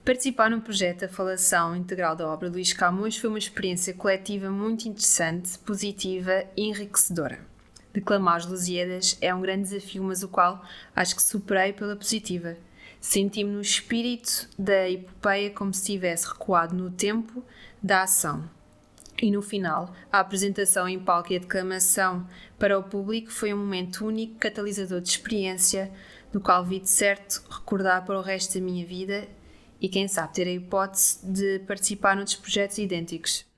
Participar num projeto de falação integral da obra de Luís Camões foi uma experiência coletiva muito interessante, positiva e enriquecedora. Declamar os Lusíadas é um grande desafio, mas o qual acho que superei pela positiva. Senti-me no espírito da epopeia como se tivesse recuado no tempo da ação. E no final, a apresentação em palco e a declamação para o público foi um momento único, catalisador de experiência, do qual vi de certo recordar para o resto da minha vida e quem sabe ter a hipótese de participar noutros projetos idênticos.